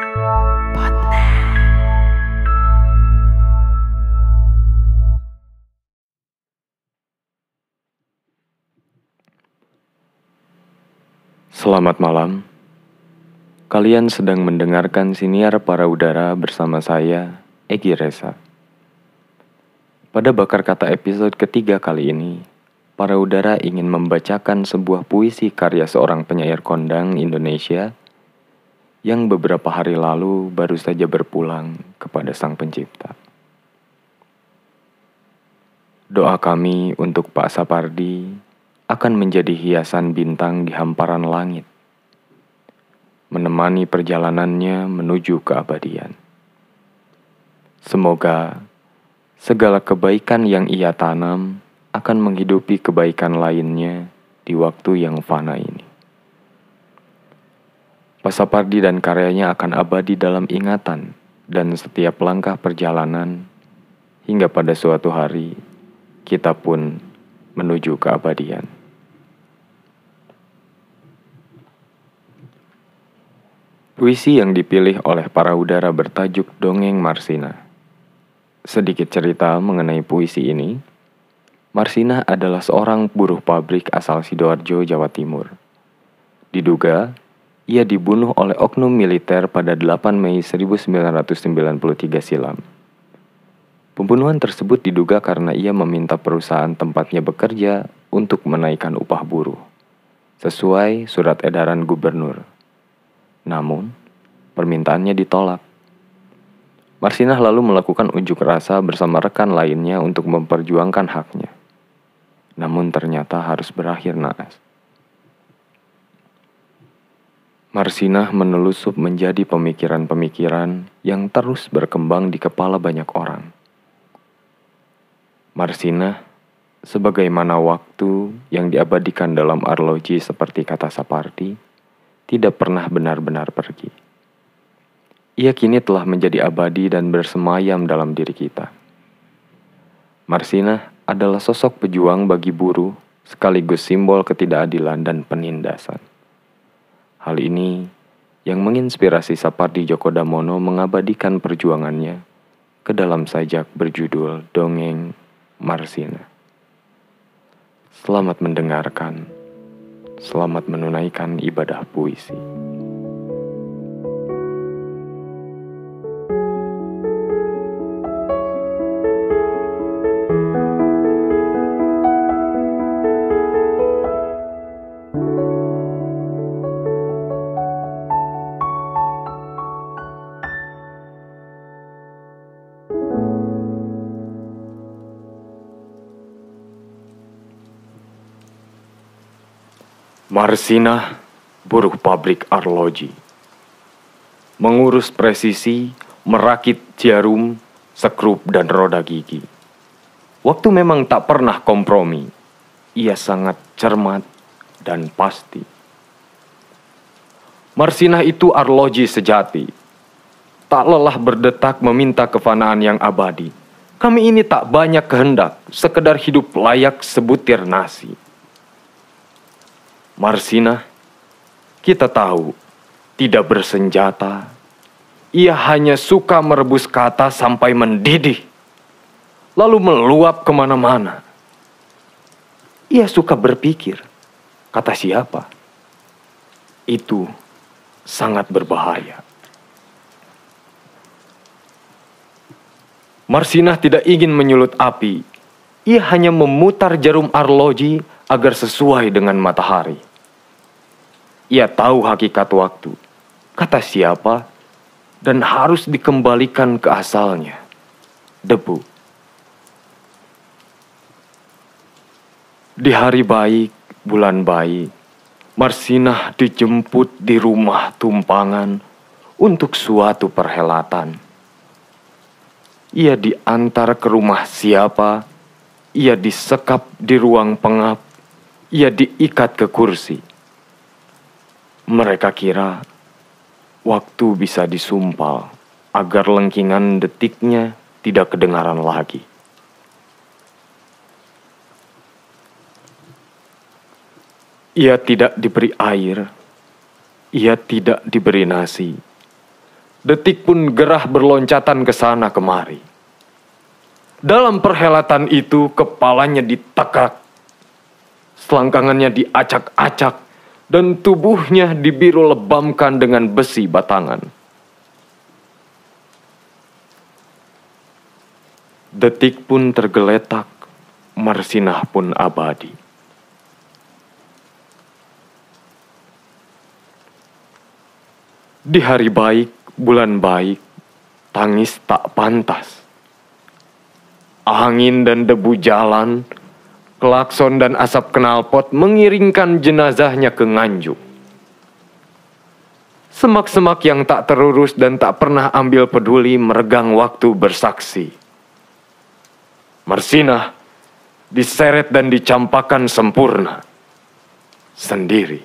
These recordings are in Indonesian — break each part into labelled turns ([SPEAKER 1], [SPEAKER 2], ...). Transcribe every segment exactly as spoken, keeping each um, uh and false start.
[SPEAKER 1] Selamat malam. Kalian sedang mendengarkan Siniar Para Udara bersama saya, Egi Reza. Pada Bakar Kata episode ketiga kali ini, Para Udara ingin membacakan sebuah puisi karya seorang penyair kondang Indonesia yang beberapa hari lalu baru saja berpulang kepada Sang Pencipta. Doa kami untuk Pak Sapardi akan menjadi hiasan bintang di hamparan langit, menemani perjalanannya menuju keabadian. Semoga segala kebaikan yang ia tanam akan menghidupi kebaikan lainnya di waktu yang fana ini. Pak Sapardi dan karyanya akan abadi dalam ingatan dan setiap langkah perjalanan, hingga pada suatu hari kita pun menuju keabadian. Puisi yang dipilih oleh Para Udara bertajuk Dongeng Marsina. Sedikit cerita mengenai puisi ini. Marsina adalah seorang buruh pabrik asal Sidoarjo, Jawa Timur. Diduga, ia dibunuh oleh oknum militer pada delapan Mei seribu sembilan ratus sembilan puluh tiga silam. Pembunuhan tersebut diduga karena ia meminta perusahaan tempatnya bekerja untuk menaikkan upah buruh, sesuai surat edaran gubernur. Namun, permintaannya ditolak. Marsinah lalu melakukan unjuk rasa bersama rekan lainnya untuk memperjuangkan haknya. Namun ternyata harus berakhir naas. Marsinah menelusup menjadi pemikiran-pemikiran yang terus berkembang di kepala banyak orang. Marsinah, sebagaimana waktu yang diabadikan dalam arloji seperti kata Sapardi, tidak pernah benar-benar pergi. Ia kini telah menjadi abadi dan bersemayam dalam diri kita. Marsinah adalah sosok pejuang bagi buruh, sekaligus simbol ketidakadilan dan penindasan. Hal ini yang menginspirasi Sapardi Djoko Damono mengabadikan perjuangannya ke dalam sajak berjudul Dongeng Marsina. Selamat mendengarkan. Selamat menunaikan ibadah puisi. Marsinah, buruh pabrik arloji. Mengurus presisi, merakit jarum, sekrup dan roda gigi. Waktu memang tak pernah kompromi. Ia sangat cermat dan pasti. Marsinah itu arloji sejati. Tak lelah berdetak meminta kefanaan yang abadi. Kami ini tak banyak kehendak, sekedar hidup layak sebutir nasi. Marsinah, kita tahu, tidak bersenjata. Ia hanya suka merebus kata sampai mendidih, lalu meluap kemana-mana. Ia suka berpikir, kata siapa? Itu sangat berbahaya. Marsinah tidak ingin menyulut api. Ia hanya memutar jarum arloji agar sesuai dengan matahari. Ia tahu hakikat waktu, kata siapa, dan harus dikembalikan ke asalnya, debu. Di hari baik, bulan baik, Marsinah dijemput di rumah tumpangan untuk suatu perhelatan. Ia diantar ke rumah siapa, ia disekap di ruang pengap, ia diikat ke kursi. Mereka kira waktu bisa disumpal agar lengkingan detiknya tidak kedengaran lagi. Ia tidak diberi air, ia tidak diberi nasi, Detik pun gerah berloncatan ke sana kemari. Dalam perhelatan itu kepalanya ditekak, selangkangannya diacak-acak, dan tubuhnya dibiru lebamkan dengan besi batangan. Detik pun tergeletak, Marsinah pun abadi. Di hari baik, bulan baik, tangis tak pantas. Angin dan debu jalan, klakson dan asap knalpot mengiringkan jenazahnya ke Nganjuk. Semak-semak yang tak terurus dan tak pernah ambil peduli meregang waktu bersaksi. Marsinah diseret dan dicampakkan sempurna, sendiri.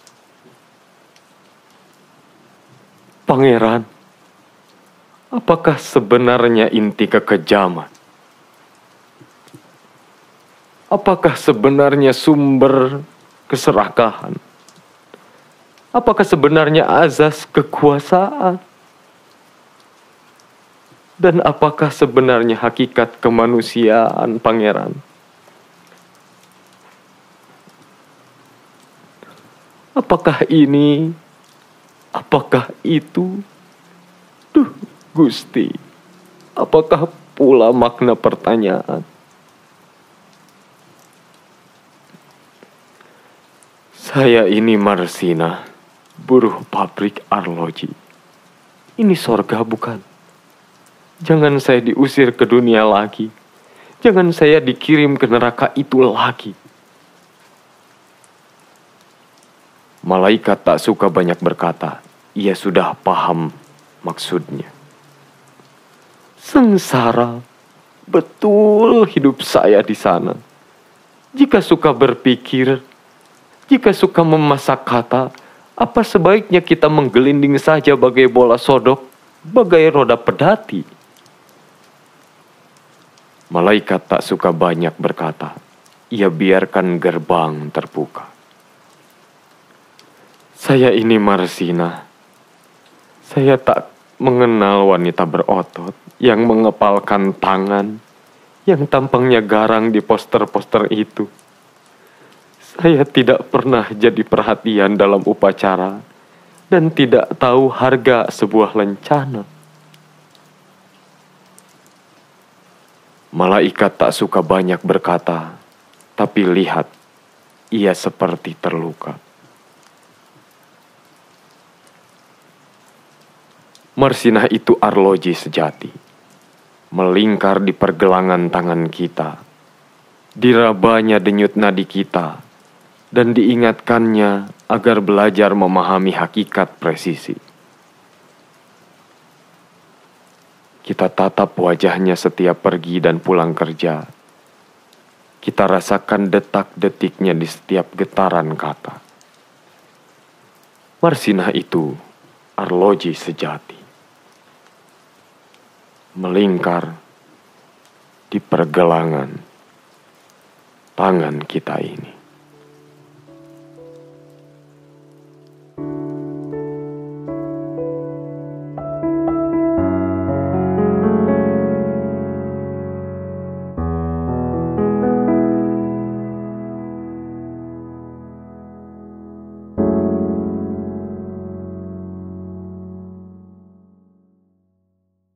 [SPEAKER 1] Pangeran, apakah sebenarnya inti kekejaman? Apakah sebenarnya sumber keserakahan? Apakah sebenarnya azas kekuasaan? Dan apakah sebenarnya hakikat kemanusiaan, Pangeran? Apakah ini? Apakah itu? Duh, Gusti, apakah pula makna pertanyaan? Saya ini Marsinah, buruh pabrik arloji. Ini sorga bukan? Jangan saya diusir ke dunia lagi. Jangan saya dikirim ke neraka itu lagi. Malaikat tak suka banyak berkata. Ia sudah paham maksudnya. Sengsara, betul hidup saya di sana. Jika suka berpikir, jika suka memasak kata, apa sebaiknya kita menggelinding saja bagai bola sodok, bagai roda pedati? Malaikat tak suka banyak berkata. Ia biarkan gerbang terbuka. Saya ini Marsinah. Saya tak mengenal wanita berotot yang mengepalkan tangan, yang tampangnya garang di poster-poster itu. Saya tidak pernah jadi perhatian dalam upacara dan tidak tahu harga sebuah lencana. Malaikat tak suka banyak berkata, tapi lihat, ia seperti terluka. Marsinah itu arloji sejati, melingkar di pergelangan tangan kita, dirabanya denyut nadi kita, dan diingatkannya agar belajar memahami hakikat presisi. Kita tatap wajahnya setiap pergi dan pulang kerja. Kita rasakan detak-detiknya di setiap getaran kata. Marsinah itu arloji sejati, melingkar di pergelangan tangan kita ini.